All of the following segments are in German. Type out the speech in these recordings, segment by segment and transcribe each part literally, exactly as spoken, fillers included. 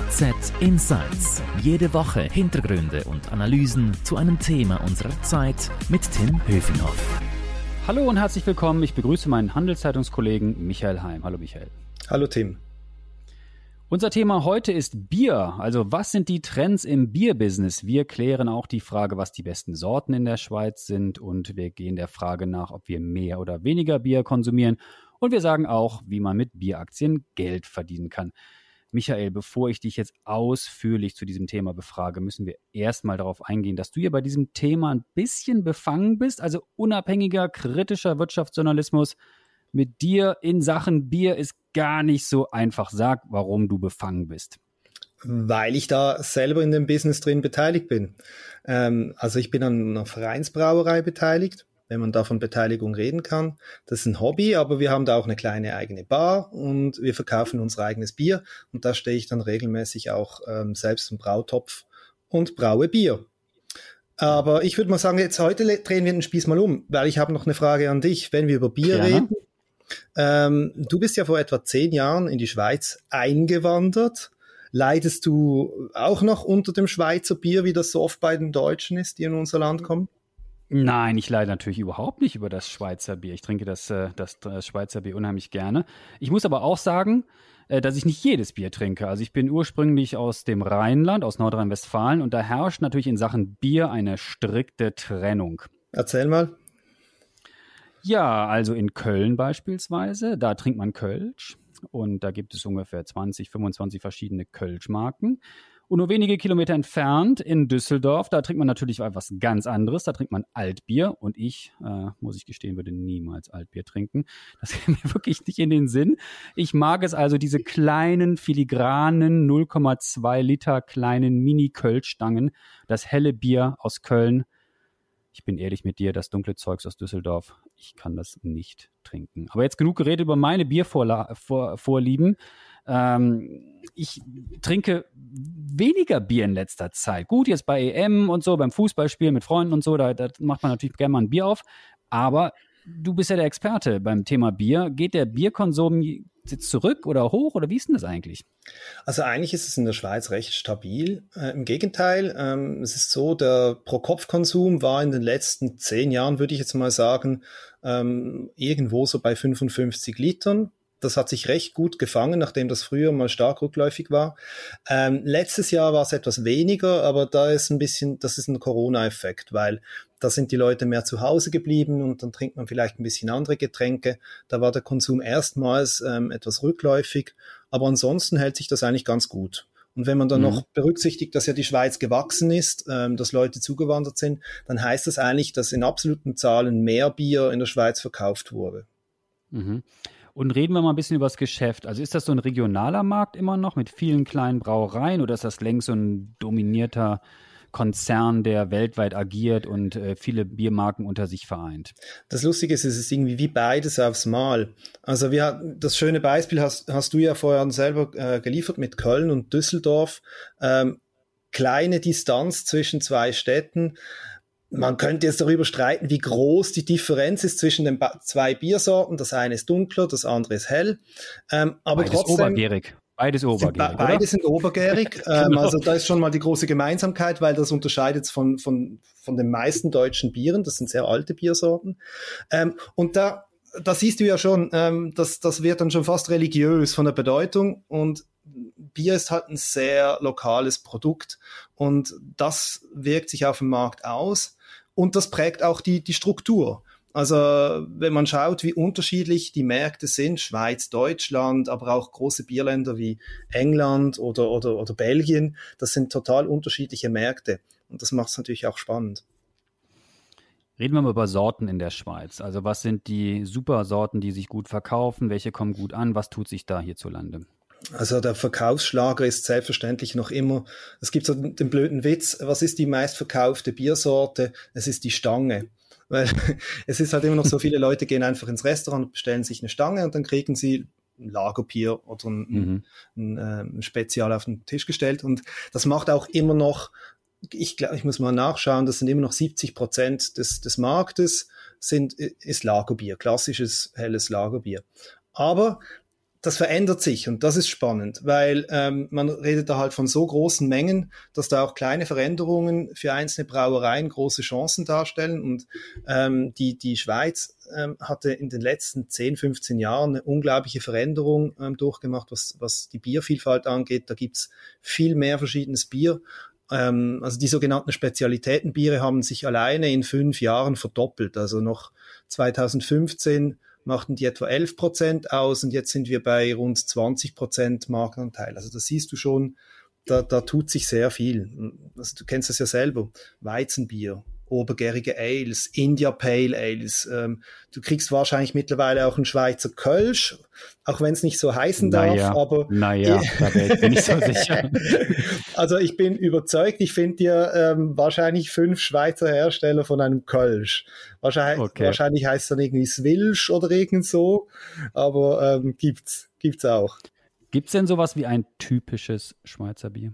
H Z Insights. Jede Woche Hintergründe und Analysen zu einem Thema unserer Zeit mit Tim Höfinghoff. Hallo und herzlich willkommen. Ich begrüße meinen Handelszeitungskollegen Michael Heim. Hallo Michael. Hallo Tim. Unser Thema heute ist Bier. Also was sind die Trends im Bierbusiness? Wir klären auch die Frage, was die besten Sorten in der Schweiz sind, und wir gehen der Frage nach, ob wir mehr oder weniger Bier konsumieren. Und wir sagen auch, wie man mit Bieraktien Geld verdienen kann. Michael, bevor ich dich jetzt ausführlich zu diesem Thema befrage, müssen wir erstmal darauf eingehen, dass du ja bei diesem Thema ein bisschen befangen bist, also unabhängiger, kritischer Wirtschaftsjournalismus mit dir in Sachen Bier ist gar nicht so einfach. Sag, warum du befangen bist. Weil ich da selber in dem Business drin beteiligt bin. Ähm, also ich bin an einer Vereinsbrauerei beteiligt, wenn man da von Beteiligung reden kann. Das ist ein Hobby, aber wir haben da auch eine kleine eigene Bar und wir verkaufen unser eigenes Bier. Und da stehe ich dann regelmäßig auch ähm, selbst im Brautopf und braue Bier. Aber ich würde mal sagen, jetzt heute drehen wir den Spieß mal um, weil ich habe noch eine Frage an dich, wenn wir über Bier Gerne. reden. Ähm, du bist ja vor etwa zehn Jahren in die Schweiz eingewandert. Leidest du auch noch unter dem Schweizer Bier, wie das so oft bei den Deutschen ist, die in unser Land kommen? Nein, ich leide natürlich überhaupt nicht über das Schweizer Bier. Ich trinke das, das, das Schweizer Bier unheimlich gerne. Ich muss aber auch sagen, dass ich nicht jedes Bier trinke. Also ich bin ursprünglich aus dem Rheinland, aus Nordrhein-Westfalen, und da herrscht natürlich in Sachen Bier eine strikte Trennung. Erzähl mal. Ja, also in Köln beispielsweise, da trinkt man Kölsch und da gibt es ungefähr zwanzig, fünfundzwanzig verschiedene Kölschmarken. Und nur wenige Kilometer entfernt in Düsseldorf, da trinkt man natürlich etwas ganz anderes. Da trinkt man Altbier. Und ich, äh, muss ich gestehen, würde niemals Altbier trinken. Das geht mir wirklich nicht in den Sinn. Ich mag es also, diese kleinen, filigranen, null Komma zwei Liter kleinen Mini-Kölschstangen. Das helle Bier aus Köln. Ich bin ehrlich mit dir, das dunkle Zeugs aus Düsseldorf, ich kann das nicht trinken. Aber jetzt genug geredet über meine Biervorlieben. Ähm, ich trinke weniger Bier in letzter Zeit. Gut, jetzt bei E M und so, beim Fußballspielen mit Freunden und so, da, da macht man natürlich gerne mal ein Bier auf. Aber du bist ja der Experte beim Thema Bier. Geht der Bierkonsum jetzt zurück oder hoch oder wie ist denn das eigentlich? Also eigentlich ist es in der Schweiz recht stabil. Äh, Im Gegenteil, ähm, es ist so, der Pro-Kopf-Konsum war in den letzten zehn Jahren, würde ich jetzt mal sagen, ähm, irgendwo so bei fünfundfünfzig Litern. Das hat sich recht gut gefangen, nachdem das früher mal stark rückläufig war. Ähm, letztes Jahr war es etwas weniger, aber da ist ein bisschen, das ist ein Corona-Effekt, weil da sind die Leute mehr zu Hause geblieben und dann trinkt man vielleicht ein bisschen andere Getränke. Da war der Konsum erstmals ähm, etwas rückläufig, aber ansonsten hält sich das eigentlich ganz gut. Und wenn man dann mhm. noch berücksichtigt, dass ja die Schweiz gewachsen ist, ähm, dass Leute zugewandert sind, dann heißt das eigentlich, dass in absoluten Zahlen mehr Bier in der Schweiz verkauft wurde. Mhm. Und reden wir mal ein bisschen über das Geschäft. Also ist das so ein regionaler Markt immer noch mit vielen kleinen Brauereien oder ist das längst so ein dominierter Konzern, der weltweit agiert und äh, viele Biermarken unter sich vereint? Das Lustige ist, es ist irgendwie wie beides aufs Mal. Also wir, das schöne Beispiel hast, hast du ja vorher selber äh, geliefert mit Köln und Düsseldorf. Ähm, kleine Distanz zwischen zwei Städten. Man könnte jetzt darüber streiten, wie groß die Differenz ist zwischen den ba- zwei Biersorten. Das eine ist dunkler, das andere ist hell. Ähm, aber Beides trotzdem, obergärig. Beides obergärig, sind, Beide sind obergärig. ähm, genau. Also da ist schon mal die große Gemeinsamkeit, weil das unterscheidet von, von, von den meisten deutschen Bieren. Das sind sehr alte Biersorten. Ähm, und da, da siehst du ja schon, ähm, das, das wird dann schon fast religiös von der Bedeutung. Und Bier ist halt ein sehr lokales Produkt. Und das wirkt sich auf dem Markt aus. Und das prägt auch die, die Struktur. Also wenn man schaut, wie unterschiedlich die Märkte sind, Schweiz, Deutschland, aber auch große Bierländer wie England oder, oder, oder Belgien, das sind total unterschiedliche Märkte. Und das macht es natürlich auch spannend. Reden wir mal über Sorten in der Schweiz. Also was sind die Supersorten, die sich gut verkaufen? Welche kommen gut an? Was tut sich da hierzulande? Also der Verkaufsschlager ist selbstverständlich noch immer, es gibt so den blöden Witz, was ist die meistverkaufte Biersorte? Es ist die Stange. Weil es ist halt immer noch so, viele Leute gehen einfach ins Restaurant, bestellen sich eine Stange und dann kriegen sie ein Lagerbier oder ein, mhm. ein, ein, ein Spezial auf den Tisch gestellt. Und das macht auch immer noch, ich glaube, ich muss mal nachschauen, das sind immer noch siebzig Prozent des, des Marktes sind, ist Lagerbier, klassisches helles Lagerbier. Aber das verändert sich und das ist spannend, weil ähm, man redet da halt von so großen Mengen, dass da auch kleine Veränderungen für einzelne Brauereien große Chancen darstellen und ähm, die, die Schweiz ähm, hatte in den letzten zehn, fünfzehn Jahren eine unglaubliche Veränderung ähm, durchgemacht, was, was die Biervielfalt angeht. Da gibt's viel mehr verschiedenes Bier. Ähm, also die sogenannten Spezialitätenbiere haben sich alleine in fünf Jahren verdoppelt, also noch zweitausendfünfzehn machten die etwa elf Prozent aus und jetzt sind wir bei rund zwanzig Prozent Marktanteil. Also da siehst du schon, da, da tut sich sehr viel. Also du kennst das ja selber. Weizenbier, obergärige Ales, India Pale Ales. Ähm, du kriegst wahrscheinlich mittlerweile auch einen Schweizer Kölsch, auch wenn es nicht so heißen darf. Naja, aber naja, da bin ich nicht so sicher. Also ich bin überzeugt, ich finde dir ähm, wahrscheinlich fünf Schweizer Hersteller von einem Kölsch. Wahrscheinlich, Okay. wahrscheinlich heißt es dann irgendwie Swilsch oder irgend so, aber ähm, gibt's, gibt's auch. Gibt es denn sowas wie ein typisches Schweizer Bier?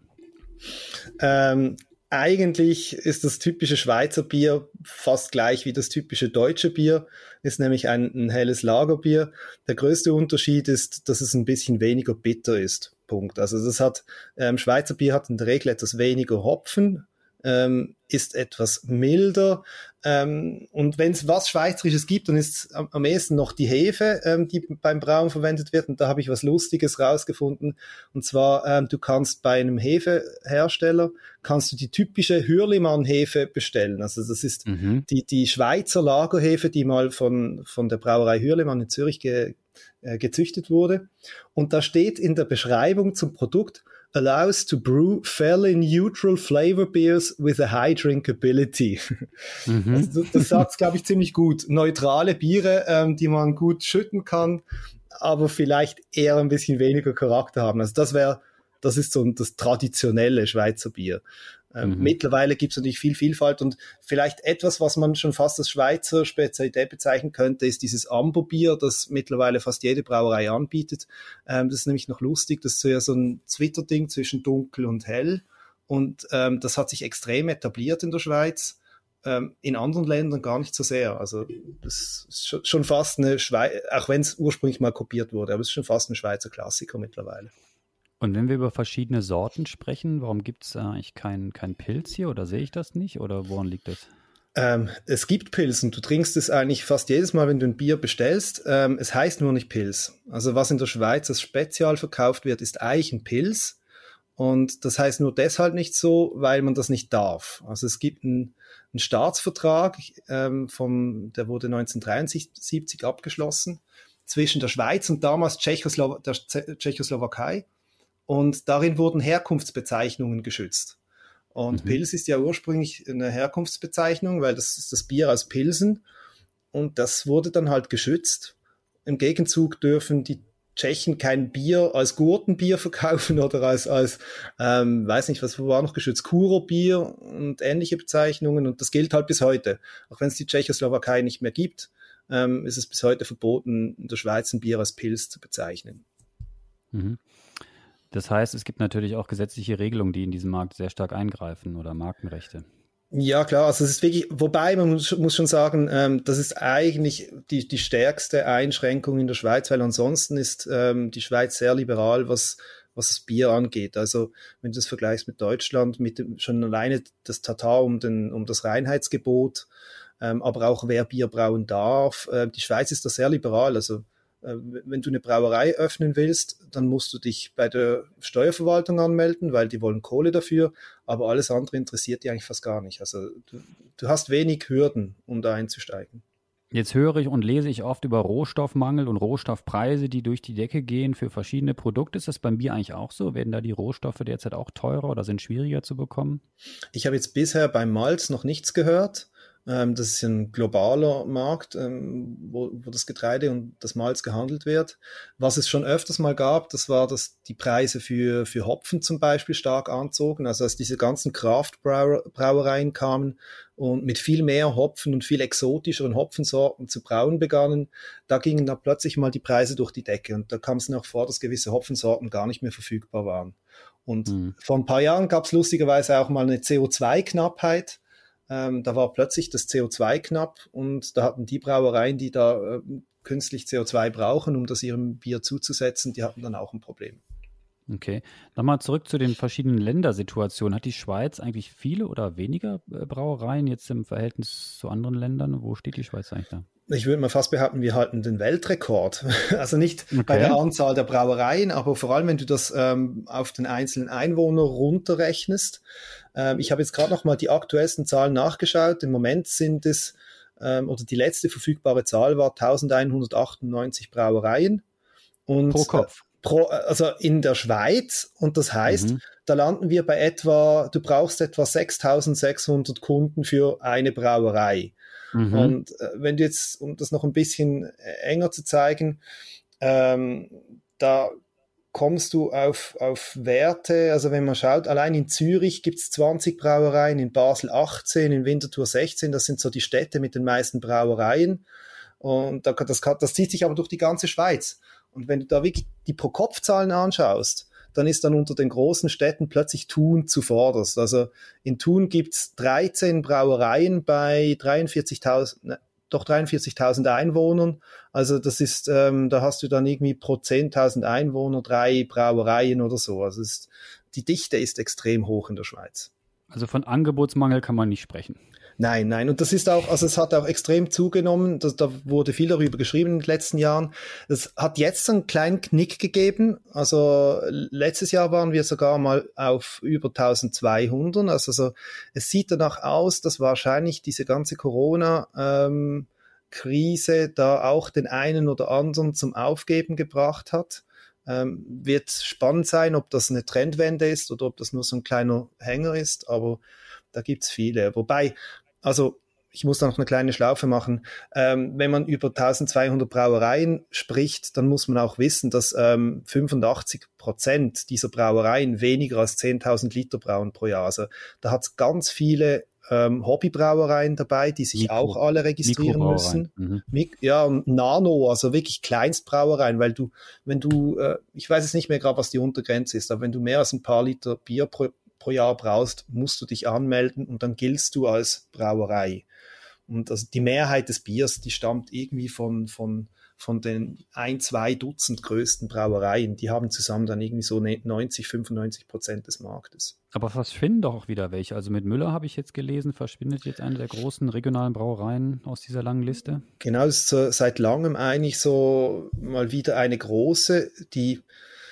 Ähm, Eigentlich ist das typische Schweizer Bier fast gleich wie das typische deutsche Bier, ist nämlich ein, ein helles Lagerbier. Der größte Unterschied ist, dass es ein bisschen weniger bitter ist. Punkt. Also das hat, ähm, Schweizer Bier hat in der Regel etwas weniger Hopfen, ähm, ist etwas milder. Ähm, und wenn es was Schweizerisches gibt, dann ist es am, am ehesten noch die Hefe, ähm, die beim Brauen verwendet wird. Und da habe ich was Lustiges rausgefunden. Und zwar, ähm, du kannst bei einem Hefehersteller, kannst du die typische Hürlimann-Hefe bestellen. Also das ist Mhm. die, die Schweizer Lagerhefe, die mal von, von der Brauerei Hürlimann in Zürich ge, äh, gezüchtet wurde. Und da steht in der Beschreibung zum Produkt, allows to brew fairly neutral flavor beers with a high drinkability. Mhm. Also das sagt es, glaube ich, ziemlich gut. Neutrale Biere, ähm, die man gut schütten kann, aber vielleicht eher ein bisschen weniger Charakter haben. Also das wäre, das ist so das traditionelle Schweizer Bier. Ähm, Mhm. Mittlerweile gibt es natürlich viel Vielfalt und vielleicht etwas, was man schon fast als Schweizer Spezialität bezeichnen könnte, ist dieses Amberbier, das mittlerweile fast jede Brauerei anbietet. Ähm, das ist nämlich noch lustig, das ist ja so ein Zwitterding zwischen dunkel und hell und ähm, das hat sich extrem etabliert in der Schweiz, ähm, in anderen Ländern gar nicht so sehr. Also das ist schon, schon fast eine Schweiz, auch wenn es ursprünglich mal kopiert wurde, aber es ist schon fast ein Schweizer Klassiker mittlerweile. Und wenn wir über verschiedene Sorten sprechen, warum gibt es eigentlich kein, kein Pilz hier oder sehe ich das nicht oder woran liegt das? Ähm, es gibt Pils und du trinkst es eigentlich fast jedes Mal, wenn du ein Bier bestellst. Ähm, es heißt nur nicht Pils. Also was in der Schweiz als Spezial verkauft wird, ist eigentlich ein Pils. Und das heißt nur deshalb nicht so, weil man das nicht darf. Also es gibt einen, einen Staatsvertrag, ähm, vom, der wurde neunzehnhundertdreiundsiebzig abgeschlossen, zwischen der Schweiz und damals Tschechoslow- der Ze- Tschechoslowakei. Und darin wurden Herkunftsbezeichnungen geschützt. Und mhm. Pils ist ja ursprünglich eine Herkunftsbezeichnung, weil das ist das Bier aus Pilsen. Und das wurde dann halt geschützt. Im Gegenzug dürfen die Tschechen kein Bier als Gurtenbier verkaufen oder als, als ähm, weiß nicht, was war noch geschützt, Kuro-Bier und ähnliche Bezeichnungen. Und das gilt halt bis heute. Auch wenn es die Tschechoslowakei nicht mehr gibt, ähm, ist es bis heute verboten, in der Schweiz ein Bier als Pils zu bezeichnen. Mhm. Das heißt, es gibt natürlich auch gesetzliche Regelungen, die in diesen Markt sehr stark eingreifen oder Markenrechte. Ja, klar, also es ist wirklich, wobei man muss, muss schon sagen, ähm, das ist eigentlich die, die stärkste Einschränkung in der Schweiz, weil ansonsten ist ähm, die Schweiz sehr liberal, was, was das Bier angeht. Also wenn du das vergleichst mit Deutschland, mit dem, schon alleine das Tatar um, den, um das Reinheitsgebot, ähm, aber auch wer Bier brauen darf. Äh, die Schweiz ist da sehr liberal, also wenn du eine Brauerei öffnen willst, dann musst du dich bei der Steuerverwaltung anmelden, weil die wollen Kohle dafür, aber alles andere interessiert die eigentlich fast gar nicht. Also du, du hast wenig Hürden, um da einzusteigen. Jetzt höre ich und lese ich oft über Rohstoffmangel und Rohstoffpreise, die durch die Decke gehen für verschiedene Produkte. Ist das beim Bier eigentlich auch so? Werden da die Rohstoffe derzeit auch teurer oder sind schwieriger zu bekommen? Ich habe jetzt bisher beim Malz noch nichts gehört. Das ist ein globaler Markt, wo, wo das Getreide und das Malz gehandelt wird. Was es schon öfters mal gab, das war, dass die Preise für, für Hopfen zum Beispiel stark anzogen. Also als diese ganzen Craft-Brauereien kamen und mit viel mehr Hopfen und viel exotischeren Hopfensorten zu brauen begannen, da gingen dann plötzlich mal die Preise durch die Decke. Und da kam es noch vor, dass gewisse Hopfensorten gar nicht mehr verfügbar waren. Und mhm. vor ein paar Jahren gab es lustigerweise auch mal eine C O zwei Knappheit. Ähm, da war plötzlich das C O zwei knapp und da hatten die Brauereien, die da äh, künstlich C O zwei brauchen, um das ihrem Bier zuzusetzen, die hatten dann auch ein Problem. Okay. Nochmal zurück zu den verschiedenen Ländersituationen. Hat die Schweiz eigentlich viele oder weniger äh, Brauereien jetzt im Verhältnis zu anderen Ländern? Wo steht die Schweiz eigentlich da? Ich würde mal fast behaupten, wir halten den Weltrekord. Also nicht okay. bei der Anzahl der Brauereien, aber vor allem, wenn du das ähm, auf den einzelnen Einwohner runterrechnest. Ähm, ich habe jetzt gerade noch mal die aktuellsten Zahlen nachgeschaut. Im Moment sind es, ähm, oder die letzte verfügbare Zahl war elfhundertachtundneunzig Brauereien. Und, pro Kopf? Äh, pro, also in der Schweiz. Und das heißt, mhm. da landen wir bei etwa, du brauchst etwa sechstausendsechshundert Kunden für eine Brauerei. Mhm. Und äh, wenn du jetzt, um das noch ein bisschen enger zu zeigen, ähm, da kommst du auf, auf Werte, also wenn man schaut, allein in Zürich gibt es zwanzig Brauereien, in Basel achtzehn, in Winterthur sechzehn, das sind so die Städte mit den meisten Brauereien. Und da, das, das zieht sich aber durch die ganze Schweiz. Und wenn du da wirklich die Pro-Kopf-Zahlen anschaust, dann ist dann unter den großen Städten plötzlich Thun zuvorderst. Also in Thun gibt's dreizehn Brauereien bei dreiundvierzigtausend, ne, doch dreiundvierzigtausend Einwohnern. Also das ist, ähm, da hast du dann irgendwie pro zehntausend Einwohner drei Brauereien oder so. Also es ist, die Dichte ist extrem hoch in der Schweiz. Also von Angebotsmangel kann man nicht sprechen. Nein, nein. Und das ist auch, also es hat auch extrem zugenommen. Das, da wurde viel darüber geschrieben in den letzten Jahren. Es hat jetzt einen kleinen Knick gegeben. Also letztes Jahr waren wir sogar mal auf über eintausendzweihundert. Also so, es sieht danach aus, dass wahrscheinlich diese ganze Corona-Krise ähm, da auch den einen oder anderen zum Aufgeben gebracht hat. Ähm, wird spannend sein, ob das eine Trendwende ist oder ob das nur so ein kleiner Hänger ist. Aber da gibt's viele. Wobei, also ich muss da noch eine kleine Schlaufe machen. Ähm, wenn man über eintausendzweihundert Brauereien spricht, dann muss man auch wissen, dass ähm, fünfundachtzig Prozent dieser Brauereien weniger als zehntausend Liter brauen pro Jahr. Also da hat's ganz viele ähm, Hobbybrauereien dabei, die sich Mikro, auch alle registrieren müssen. Mhm. Mik- ja, und Nano, also wirklich Kleinstbrauereien, weil du, wenn du, äh, ich weiß jetzt nicht mehr gerade, was die Untergrenze ist, aber wenn du mehr als ein paar Liter Bier pro pro Jahr brauchst, musst du dich anmelden und dann giltst du als Brauerei. Und also die Mehrheit des Biers, die stammt irgendwie von, von, von den ein, zwei Dutzend größten Brauereien. Die haben zusammen dann irgendwie so neunzig, fünfundneunzig Prozent des Marktes. Aber verschwinden doch auch wieder welche. Also mit Müller habe ich jetzt gelesen, verschwindet jetzt eine der großen regionalen Brauereien aus dieser langen Liste. Genau, es ist so seit langem eigentlich so mal wieder eine große, die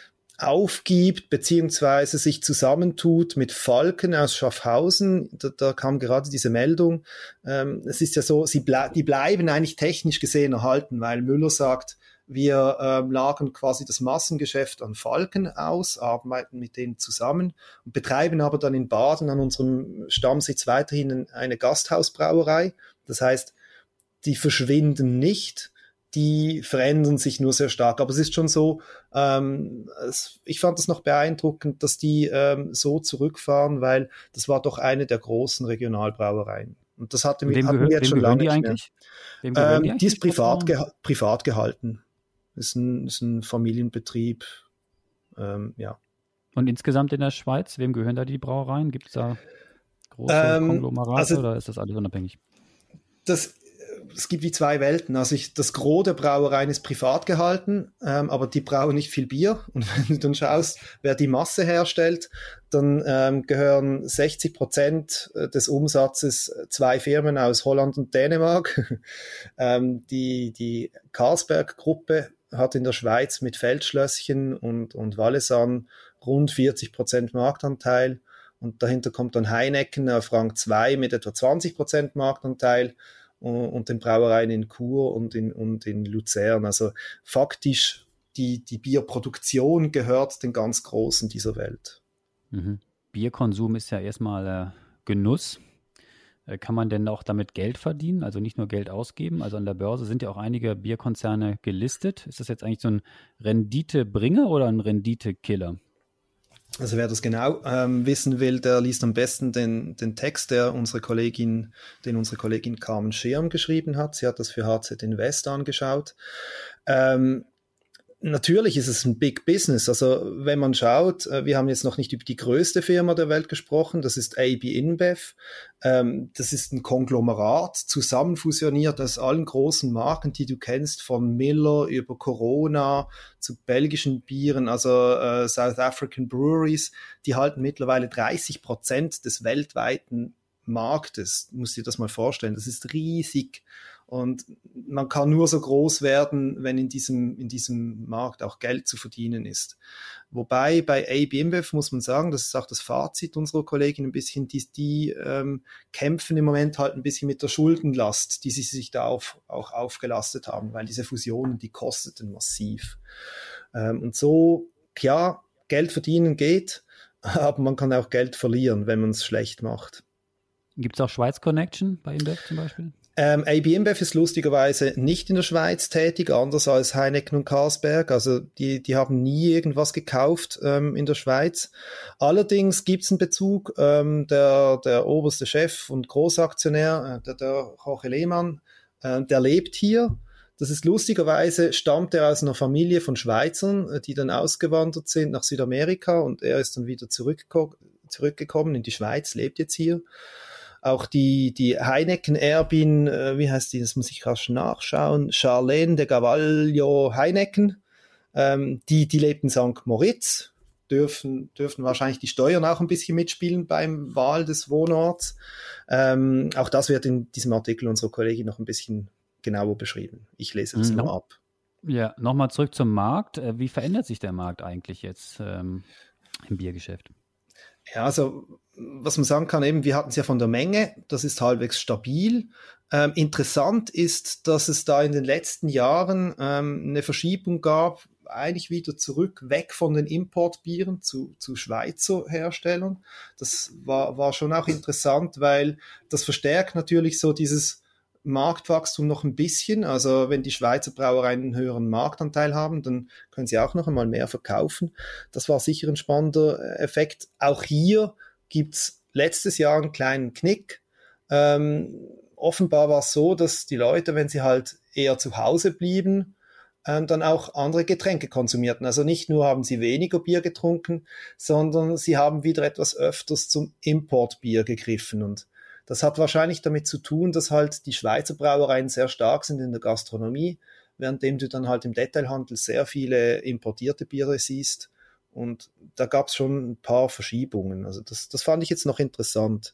aufgibt, beziehungsweise sich zusammentut mit Falken aus Schaffhausen. Da, da kam gerade diese Meldung. Ähm, es ist ja so, sie ble- die bleiben eigentlich technisch gesehen erhalten, weil Müller sagt, wir ähm, lagern quasi das Massengeschäft an Falken aus, arbeiten mit denen zusammen und betreiben aber dann in Baden an unserem Stammsitz weiterhin eine Gasthausbrauerei. Das heißt, die verschwinden nicht, die verändern sich nur sehr stark. Aber es ist schon so, ähm, es, ich fand das noch beeindruckend, dass die ähm, so zurückfahren, weil das war doch eine der großen Regionalbrauereien. Und das hatte, wem hatten gehör, wir jetzt schon lange die nicht mehr. Wem ähm, die, die ist privat, geha- privat gehalten. Ist ein, ist ein Familienbetrieb. Ähm, ja. Und insgesamt in der Schweiz, wem gehören da die Brauereien? Gibt es da große ähm, Konglomerate also, oder ist das alles unabhängig? Das Es gibt wie zwei Welten. Also ich, das Gros der Brauereien ist privat gehalten, ähm, aber die brauen nicht viel Bier. Und wenn du dann schaust, wer die Masse herstellt, dann ähm, gehören sechzig Prozent des Umsatzes zwei Firmen aus Holland und Dänemark. ähm, die die Carlsberg-Gruppe hat in der Schweiz mit Feldschlösschen und, und Valaisanne rund vierzig Prozent Marktanteil. Und dahinter kommt dann Heineken auf Rang zwei mit etwa zwanzig Prozent Marktanteil. Und den Brauereien in Chur und in, und in Luzern. Also faktisch, die, die Bierproduktion gehört den ganz Großen dieser Welt. Mhm. Bierkonsum ist ja erstmal äh, Genuss. Äh, kann man denn auch damit Geld verdienen, also nicht nur Geld ausgeben? Also an der Börse sind ja auch einige Bierkonzerne gelistet. Ist das jetzt eigentlich so ein Renditebringer oder ein Renditekiller? Also wer das genau ähm, wissen will, der liest am besten den, den Text, der unsere Kollegin, den unsere Kollegin Carmen Schirm geschrieben hat. Sie hat das für H Z Invest angeschaut. Ähm, Natürlich ist es ein Big Business. Also wenn man schaut, wir haben jetzt noch nicht über die größte Firma der Welt gesprochen, das ist A B InBev. Das ist ein Konglomerat, zusammenfusioniert aus allen großen Marken, die du kennst, von Miller über Corona zu belgischen Bieren, also äh, South African Breweries. Die halten mittlerweile dreißig Prozent des weltweiten Marktes. Du musst dir das mal vorstellen, das ist riesig. Und man kann nur so groß werden, wenn in diesem, in diesem Markt auch Geld zu verdienen ist. Wobei bei A B InBev muss man sagen, das ist auch das Fazit unserer Kollegin ein bisschen, die, die ähm, kämpfen im Moment halt ein bisschen mit der Schuldenlast, die sie sich da auf, auch aufgelastet haben, weil diese Fusionen, die kosteten massiv. Ähm, und so, ja, Geld verdienen geht, aber man kann auch Geld verlieren, wenn man es schlecht macht. Gibt es auch Schweiz-Connection bei InBev zum Beispiel? Ähm, A B InBev ist lustigerweise nicht in der Schweiz tätig, anders als Heineken und Carlsberg. Also die, die haben nie irgendwas gekauft ähm, in der Schweiz. Allerdings gibt es einen Bezug. Ähm, der, der oberste Chef und Großaktionär, äh, der, der Jorge Lehmann, äh, der lebt hier. Das ist lustigerweise, stammt er aus einer Familie von Schweizern, die dann ausgewandert sind nach Südamerika, und er ist dann wieder zurückgeko- zurückgekommen in die Schweiz, lebt jetzt hier. Auch die, die Heineken-Erbin, äh, wie heißt die, das muss ich rasch nachschauen, Charlene de Gavallo Heineken, ähm, die, die lebt in Sankt Moritz, dürfen, dürfen wahrscheinlich die Steuern auch ein bisschen mitspielen beim Wahl des Wohnorts. Ähm, auch das wird in diesem Artikel unserer Kollegin noch ein bisschen genauer beschrieben. Ich lese das mhm. nur ab. Ja, nochmal zurück zum Markt. Wie verändert sich der Markt eigentlich jetzt ähm, im Biergeschäft? Ja, also was man sagen kann, eben, wir hatten es ja von der Menge, das ist halbwegs stabil. Ähm, interessant ist, dass es da in den letzten Jahren ähm, eine Verschiebung gab, eigentlich wieder zurück, weg von den Importbieren zu, zu Schweizer Herstellern. Das war, war schon auch interessant, weil das verstärkt natürlich so dieses Marktwachstum noch ein bisschen. Also wenn die Schweizer Brauereien einen höheren Marktanteil haben, dann können sie auch noch einmal mehr verkaufen. Das war sicher ein spannender Effekt. Auch hier gibt's letztes Jahr einen kleinen Knick. Ähm, offenbar war es so, dass die Leute, wenn sie halt eher zu Hause blieben, ähm, dann auch andere Getränke konsumierten. Also nicht nur haben sie weniger Bier getrunken, sondern sie haben wieder etwas öfters zum Importbier gegriffen. Und das hat wahrscheinlich damit zu tun, dass halt die Schweizer Brauereien sehr stark sind in der Gastronomie, währenddem du dann halt im Detailhandel sehr viele importierte Biere siehst. Und da gab es schon ein paar Verschiebungen. Also das, das fand ich jetzt noch interessant.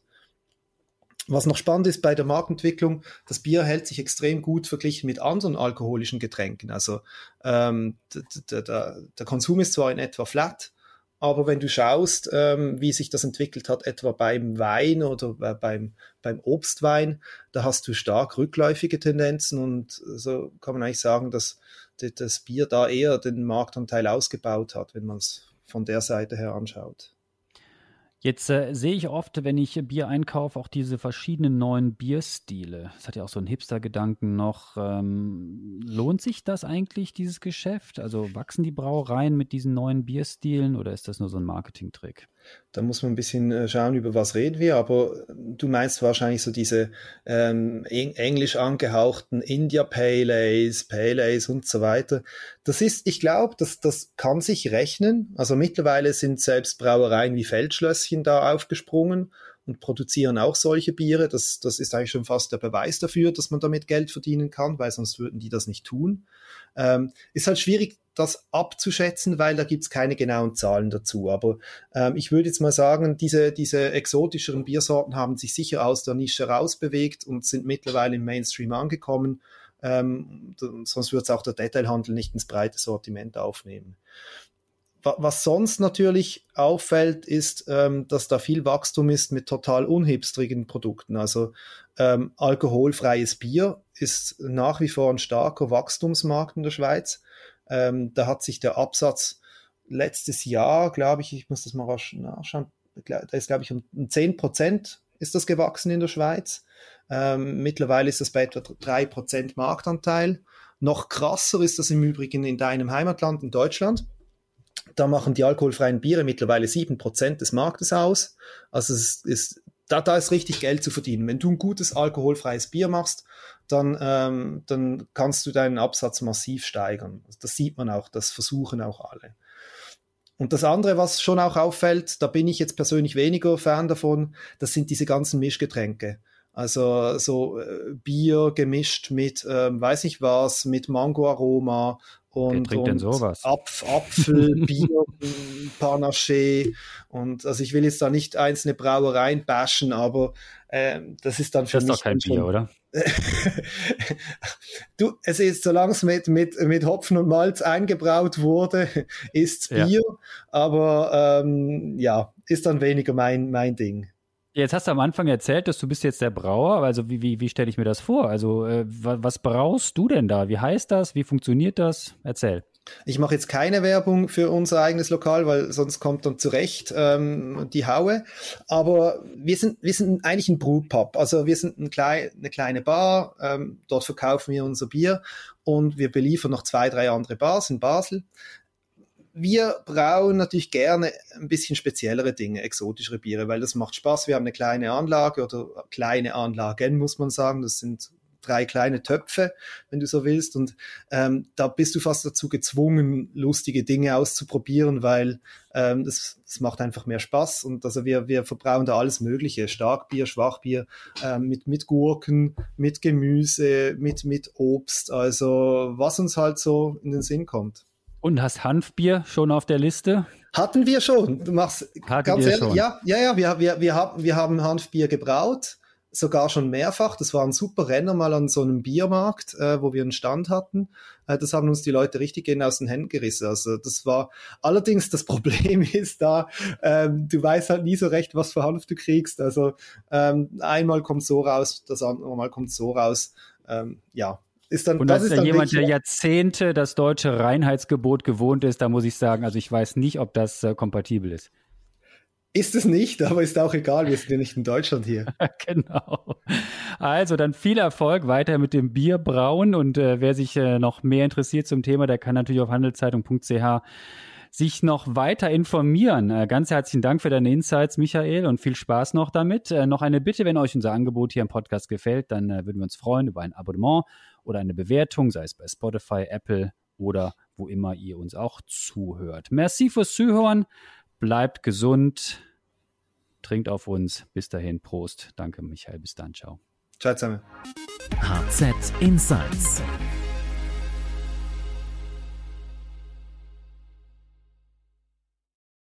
Was noch spannend ist bei der Marktentwicklung, das Bier hält sich extrem gut verglichen mit anderen alkoholischen Getränken. Also ähm, der, der, der Konsum ist zwar in etwa flat, aber wenn du schaust, ähm, wie sich das entwickelt hat, etwa beim Wein oder beim, beim Obstwein, da hast du stark rückläufige Tendenzen, und so kann man eigentlich sagen, dass das Bier da eher den Marktanteil ausgebaut hat, wenn man es von der Seite her anschaut. Jetzt äh, sehe ich oft, wenn ich Bier einkaufe, auch diese verschiedenen neuen Bierstile. Das hat ja auch so einen Hipster-Gedanken noch. Ähm, lohnt sich das eigentlich, dieses Geschäft? Also wachsen die Brauereien mit diesen neuen Bierstilen, oder ist das nur so ein Marketingtrick? Da muss man ein bisschen schauen, über was reden wir, aber du meinst wahrscheinlich so diese ähm, englisch angehauchten India Pale Ales, Pale Ales und so weiter. Das ist, ich glaube, das, das kann sich rechnen. Also mittlerweile sind selbst Brauereien wie Feldschlösschen da aufgesprungen und produzieren auch solche Biere. Das, das ist eigentlich schon fast der Beweis dafür, dass man damit Geld verdienen kann, weil sonst würden die das nicht tun. Ähm, ist halt schwierig, das abzuschätzen, weil da gibt's keine genauen Zahlen dazu. Aber ähm, ich würde jetzt mal sagen, diese, diese exotischeren Biersorten haben sich sicher aus der Nische rausbewegt und sind mittlerweile im Mainstream angekommen. Ähm, sonst würde es auch der Detailhandel nicht ins breite Sortiment aufnehmen. Was sonst natürlich auffällt, ist, ähm, dass da viel Wachstum ist mit total unhipstrigen Produkten. Also ähm, alkoholfreies Bier ist nach wie vor ein starker Wachstumsmarkt in der Schweiz. Ähm, da hat sich der Absatz letztes Jahr, glaube ich, ich muss das mal rasch nachschauen, da ist, glaube ich, um zehn Prozent ist das gewachsen in der Schweiz. Ähm, mittlerweile ist das bei etwa drei Prozent Marktanteil. Noch krasser ist das im Übrigen in deinem Heimatland, in Deutschland. Da machen die alkoholfreien Biere mittlerweile sieben Prozent des Marktes aus. Also es ist da, da ist richtig Geld zu verdienen. Wenn du ein gutes alkoholfreies Bier machst, dann, ähm, dann kannst du deinen Absatz massiv steigern. Das sieht man auch, das versuchen auch alle. Und das andere, was schon auch auffällt, da bin ich jetzt persönlich weniger Fan davon, das sind diese ganzen Mischgetränke. Also so äh, Bier gemischt mit, ähm, weiß nicht was, mit Mangoaroma und, Wer trinkt denn und sowas? Apf- Apfel, Bier, Panaché. Und also ich will jetzt da nicht einzelne Brauereien bashen, aber ähm, das ist dann für Das ist mich doch kein schon, Bier, oder? Du, es ist, solange es mit, mit, mit Hopfen und Malz eingebraut wurde, ist's Ja. Bier, aber ähm, ja, ist dann weniger mein, mein Ding. Jetzt hast du am Anfang erzählt, dass du bist jetzt der Brauer. Also wie, wie, wie stelle ich mir das vor? Also äh, wa- was brauchst du denn da? Wie heißt das? Wie funktioniert das? Erzähl. Ich mache jetzt keine Werbung für unser eigenes Lokal, weil sonst kommt dann zurecht ähm, die Haue. Aber wir sind, wir sind eigentlich ein Brewpub. Also wir sind ein klein, eine kleine Bar. Ähm, dort verkaufen wir unser Bier und wir beliefern noch zwei, drei andere Bars in Basel. Wir brauen natürlich gerne ein bisschen speziellere Dinge, exotischere Biere, weil das macht Spaß. Wir haben eine kleine Anlage oder kleine Anlagen, muss man sagen. Das sind drei kleine Töpfe, wenn du so willst. Und ähm, da bist du fast dazu gezwungen, lustige Dinge auszuprobieren, weil ähm, das, das macht einfach mehr Spaß. Und also wir, wir verbrauen da alles Mögliche. Starkbier, Schwachbier, ähm, mit, mit Gurken, mit Gemüse, mit, mit Obst. Also was uns halt so in den Sinn kommt. Und hast Hanfbier schon auf der Liste? Hatten wir schon. Du machst Hattet ganz ihr ehrlich, schon? ja, ja, ja, wir, wir, wir, haben, wir haben Hanfbier gebraut, sogar schon mehrfach. Das war ein super Renner mal an so einem Biermarkt, äh, wo wir einen Stand hatten. Äh, das haben uns die Leute richtig gehen aus den Händen gerissen. Also das war, allerdings das Problem ist da, ähm, du weißt halt nie so recht, was für Hanf du kriegst. Also ähm, einmal kommt so raus, das andere Mal kommt so raus. Ähm, ja. Ist dann, Und das als ist ja dann jemand, der wirklich, Jahrzehnte das deutsche Reinheitsgebot gewohnt ist, da muss ich sagen, also ich weiß nicht, ob das äh, kompatibel ist. ist es nicht, aber ist auch egal, wir sind ja nicht in Deutschland hier. Genau. Also dann viel Erfolg weiter mit dem Bierbrauen und äh, wer sich äh, noch mehr interessiert zum Thema, der kann natürlich auf handelszeitung punkt c h sich noch weiter informieren. Äh, ganz herzlichen Dank für deine Insights, Michael, und viel Spaß noch damit. Äh, noch eine Bitte, wenn euch unser Angebot hier im Podcast gefällt, dann äh, würden wir uns freuen über ein Abonnement oder eine Bewertung, sei es bei Spotify, Apple oder wo immer ihr uns auch zuhört. Merci fürs Zuhören, bleibt gesund, trinkt auf uns. Bis dahin, Prost. Danke, Michael. Bis dann, ciao. Ciao zusammen. H Z Insights.